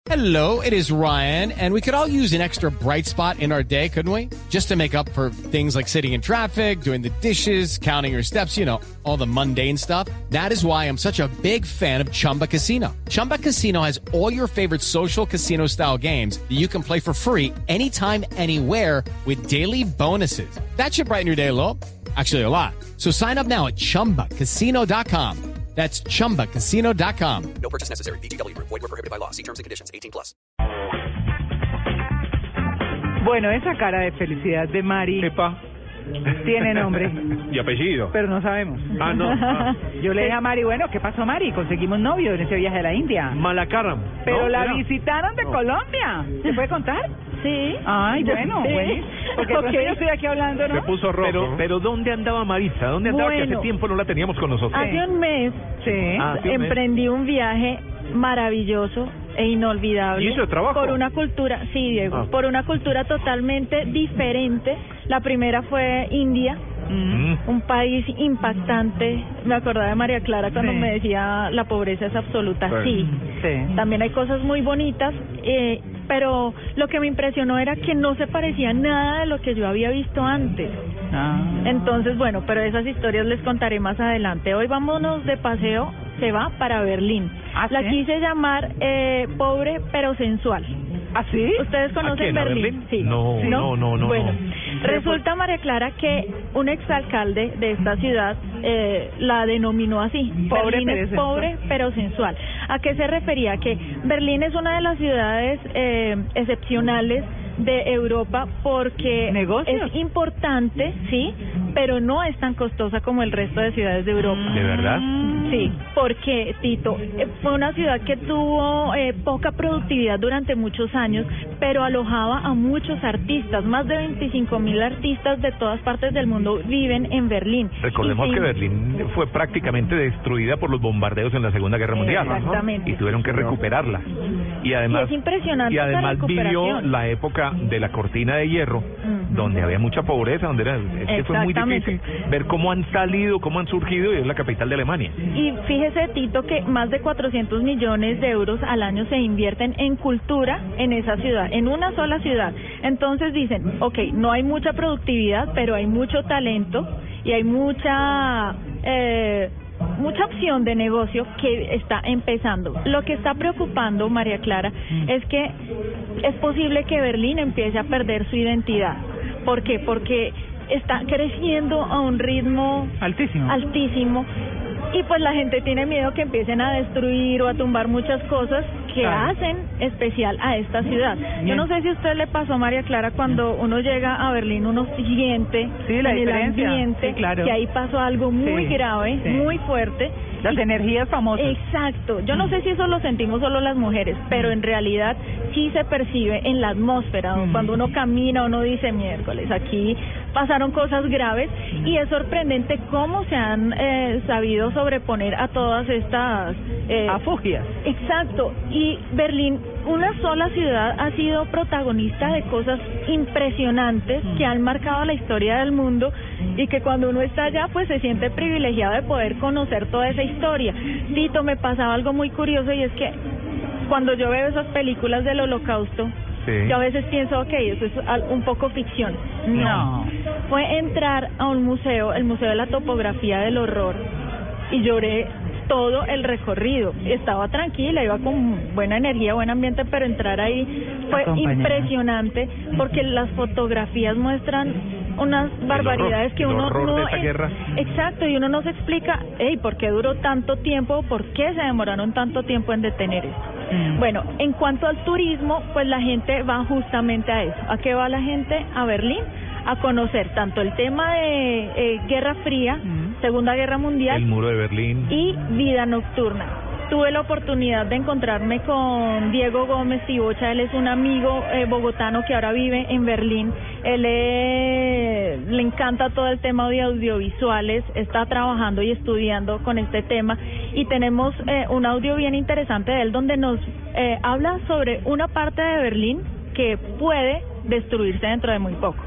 Hello, it is Ryan, and we could all use an extra bright spot in our day, couldn't we? Just to make up for things like sitting in traffic, doing the dishes, counting your steps, you know, all the mundane stuff. That is why I'm such a big fan of Chumba Casino. Chumba Casino has all your favorite social casino-style games that you can play for free anytime, anywhere with daily bonuses. That should brighten your day a little. Actually, a lot. So sign up now at ChumbaCasino.com. That's ChumbaCasino.com. No purchase necessary. VGW Group. Void where prohibited by law. See terms and conditions. 18+. Bueno, esa cara de felicidad de Mari Epa. tiene nombre, ¿Y apellido? pero no sabemos. Ah, no. Ah. Yo le dije a Mari, bueno, ¿qué pasó, Mari? Conseguimos novio en ese viaje a la India. Malacaram. Pero ¿no? la ¿Era? visitaron de No. Colombia. ¿Se puede contar? Sí. Ay, bueno, Sí. bueno. Porque Ok. yo estoy aquí hablando, Se ¿no? puso rojo. Pero ¿dónde andaba Marisa? ¿Dónde andaba que Bueno. hace tiempo no la teníamos con nosotros? Hace un mes Sí. Ah, sí, emprendí un viaje maravilloso e inolvidable. ¿Y hizo trabajo? Por una cultura, sí, Diego, Ah. por una cultura totalmente diferente. La primera fue India, Mm. un país impactante. Me acordaba de María Clara cuando Sí. me decía la pobreza es absoluta. Sí. Sí. Sí. También hay cosas muy bonitas, pero lo que me impresionó era que no se parecía nada de lo que yo había visto antes. Ah. Entonces, bueno, pero esas historias les contaré más adelante. Hoy vámonos de paseo, se va para Berlín. ¿Ah, La sí? quise llamar Pobre pero Sensual. ¿Ah, sí? ¿Ustedes ¿A conocen quién, a Berlín? Berlín? Sí. No, ¿Sí? no. Bueno, No. resulta, María Clara, que un exalcalde de esta ciudad la denominó así. Pobre Berlín pero es sensual. pobre pero sensual. ¿A qué se refería? Que Berlín es una de las ciudades excepcionales de Europa porque ¿Negocios? es importante, sí, pero no es tan costosa como el resto de ciudades de Europa. ¿De verdad? Sí, porque Tito, fue una ciudad que tuvo poca productividad durante muchos años, pero alojaba a muchos artistas. Más de 25.000 artistas de todas partes del mundo viven en Berlín. Recordemos Y que se- Berlín fue prácticamente destruida por los bombardeos en la Segunda Guerra Mundial. ¿no? Exactamente. Y tuvieron que recuperarla. Y además, Y es impresionante y esa además vivió recuperación. la época de la cortina de hierro, Ujú. donde había mucha pobreza, donde era, es que fue muy Exactamente. difícil ver cómo han salido, cómo han surgido, y es la capital de Alemania. Y fíjese, Tito, que más de 400 millones de euros al año se invierten en cultura en esa ciudad, en una sola ciudad. Entonces dicen, ok, no hay mucha productividad, pero hay mucho talento y hay mucha opción de negocio que está empezando. Lo que está preocupando, María Clara, es que es posible que Berlín empiece a perder su identidad. ¿Por qué? Porque está creciendo a un ritmo altísimo y pues la gente tiene miedo que empiecen a destruir o a tumbar muchas cosas que Claro. hacen especial a esta ciudad. Yo Bien. no sé si a usted le pasó, María Clara, cuando uno llega a Berlín, uno siente Sí, la en el diferencia. ambiente Sí, claro. que ahí pasó algo muy Sí, grave, sí. muy fuerte. Las Y- energías famosas. Exacto. Yo no sé si eso lo sentimos solo las mujeres, pero en realidad sí se percibe en la atmósfera. ¿no? Cuando uno camina, uno dice, miércoles, aquí pasaron cosas graves y es sorprendente cómo se han sabido sobreponer a todas estas... Afugias. Exacto. Y Berlín, una sola ciudad, ha sido protagonista de cosas impresionantes que han marcado la historia del mundo y que cuando uno está allá, pues se siente privilegiado de poder conocer toda esa historia. Tito, me pasaba algo muy curioso y es que cuando yo veo esas películas del Holocausto, Sí. yo a veces pienso, ok, eso es un poco ficción. No. Fue entrar a un museo, el Museo de la Topografía del Horror, y lloré todo el recorrido. Estaba tranquila, iba con buena energía, buen ambiente, pero entrar ahí fue Acompañada. impresionante porque las fotografías muestran unas barbaridades que el uno horror no de esa guerra. Exacto, y uno no se explica, ¿por qué duró tanto tiempo? ¿Por qué se demoraron tanto tiempo en detener esto? Bueno, en cuanto al turismo, pues la gente va justamente a eso. ¿A qué va la gente? A Berlín, a conocer tanto el tema de Guerra Fría, Segunda Guerra Mundial El muro de Berlín. y vida nocturna. Tuve la oportunidad de encontrarme con Diego Gómez Tibocha. Él es un amigo bogotano que ahora vive en Berlín. Él le encanta todo el tema de audiovisuales, está trabajando y estudiando con este tema y tenemos un audio bien interesante de él donde nos habla sobre una parte de Berlín que puede destruirse dentro de muy poco.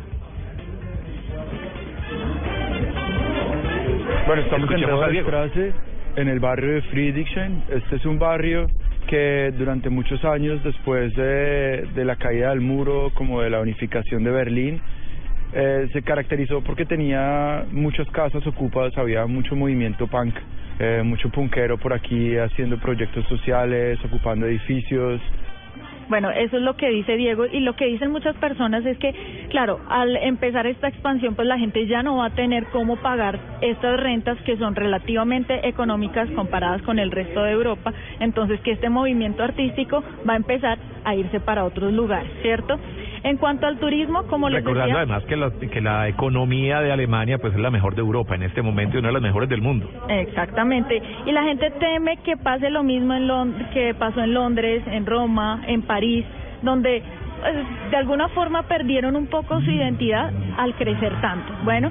Bueno, estamos en Escuchemos a la Diego. Straße, en el barrio de Friedrichshain. Este es un barrio que durante muchos años después de la caída del muro, como de la unificación de Berlín, se caracterizó porque tenía muchas casas ocupadas, había mucho movimiento punk, mucho punkero por aquí haciendo proyectos sociales, ocupando edificios. Bueno, eso es lo que dice Diego, y lo que dicen muchas personas es que, claro, al empezar esta expansión, pues la gente ya no va a tener cómo pagar estas rentas que son relativamente económicas comparadas con el resto de Europa, entonces que este movimiento artístico va a empezar a irse para otros lugares, ¿cierto? En cuanto al turismo, como les decía... Recordando además que la economía de Alemania pues es la mejor de Europa en este momento y una de las mejores del mundo. Exactamente, y la gente teme que pase lo mismo que pasó en Londres, en Roma, en París, donde pues, de alguna forma perdieron un poco su identidad al crecer tanto. Bueno,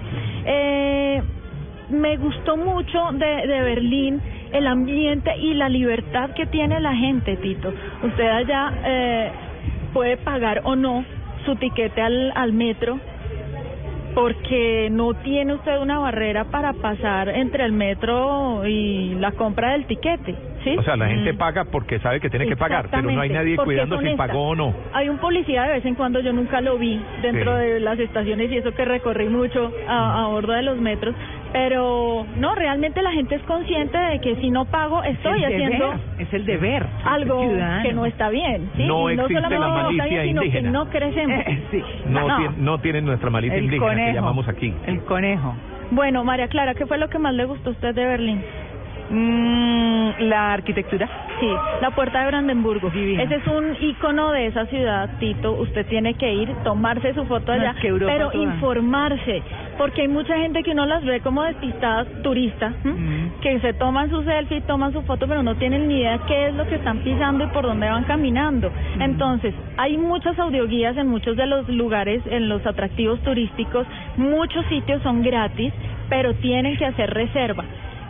me gustó mucho de Berlín el ambiente y la libertad que tiene la gente, Tito. Usted allá puede pagar o no su tiquete al metro, porque no tiene usted una barrera para pasar entre el metro y la compra del tiquete, ¿sí? O sea, la gente paga porque sabe que tiene que pagar, pero no hay nadie cuidando si pagó o no. Hay un policía de vez en cuando, yo nunca lo vi dentro de las estaciones, y eso que recorrí mucho a bordo de los metros, pero no, realmente la gente es consciente de que si no pago estoy haciendo... Es el deber. Algo que no está bien, ¿sí? No y no existe solamente la no está malicia bien, sino indígena. que no crecemos. Sí. No tienen nuestra malicia El indígena, conejo, que llamamos aquí. El conejo. Bueno, María Clara, ¿qué fue lo que más le gustó a usted de Berlín? La arquitectura. Sí, la Puerta de Brandenburgo. Divina. Ese es un icono de esa ciudad, Tito. Usted tiene que ir, tomarse su foto allá, pero toda. informarse, porque hay mucha gente que uno las ve como despistadas, turistas, que se toman su selfie, toman su foto, pero no tienen ni idea qué es lo que están pisando y por dónde van caminando. Entonces, hay muchas audioguías en muchos de los lugares, en los atractivos turísticos. Muchos sitios son gratis, pero tienen que hacer reserva.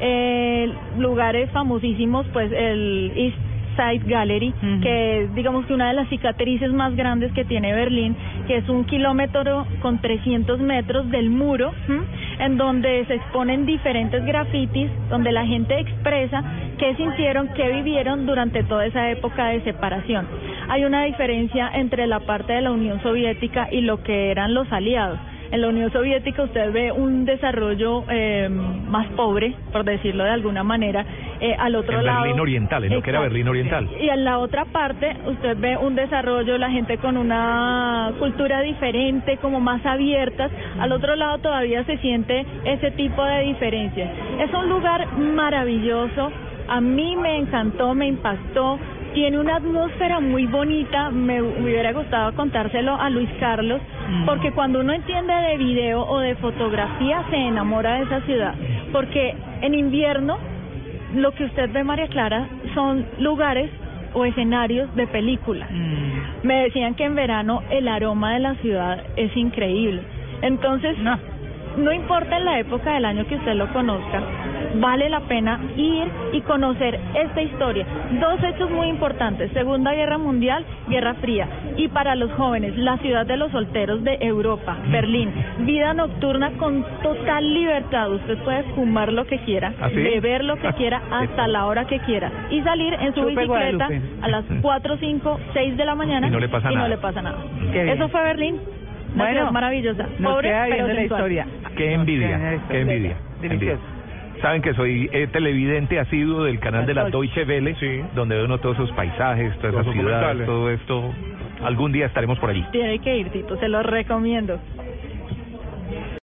Lugares famosísimos, pues el East Side Gallery, que es, digamos, que una de las cicatrices más grandes que tiene Berlín, que es 1 kilómetro con 300 metros del muro, en donde se exponen diferentes grafitis, donde la gente expresa qué sintieron, qué vivieron durante toda esa época de separación. Hay una diferencia entre la parte de la Unión Soviética y lo que eran los aliados. En la Unión Soviética usted ve un desarrollo más pobre, por decirlo de alguna manera, al otro lado. En Berlín Oriental, en lo que era Berlín Oriental. Y en la otra parte usted ve un desarrollo, la gente con una cultura diferente, como más abiertas. Al otro lado todavía se siente ese tipo de diferencias. Es un lugar maravilloso, a mí me encantó, me impactó. Tiene una atmósfera muy bonita, me hubiera gustado contárselo a Luis Carlos, porque cuando uno entiende de video o de fotografía se enamora de esa ciudad, porque en invierno lo que usted ve, María Clara, son lugares o escenarios de película. Me decían que en verano el aroma de la ciudad es increíble, entonces no importa en la época del año que usted lo conozca, vale la pena ir y conocer esta historia. 2 hechos muy importantes: Segunda Guerra Mundial, Guerra Fría, y para los jóvenes, la ciudad de los solteros de Europa, Berlín. Vida nocturna con total libertad, usted puede fumar lo que quiera, beber lo que quiera hasta la hora que quiera, y salir en su bicicleta a las 4, 5, 6 de la mañana y no le pasa nada. Eso fue Berlín. Bueno, maravillosa, pobre pero la historia. Qué envidia, qué envidia. Delicioso. Saben que soy televidente asiduo del canal de la Deutsche Welle, donde veo uno todos esos paisajes, todas esas ciudades, todo esto. Algún día estaremos por allí. Tiene que ir, Tito, se lo recomiendo.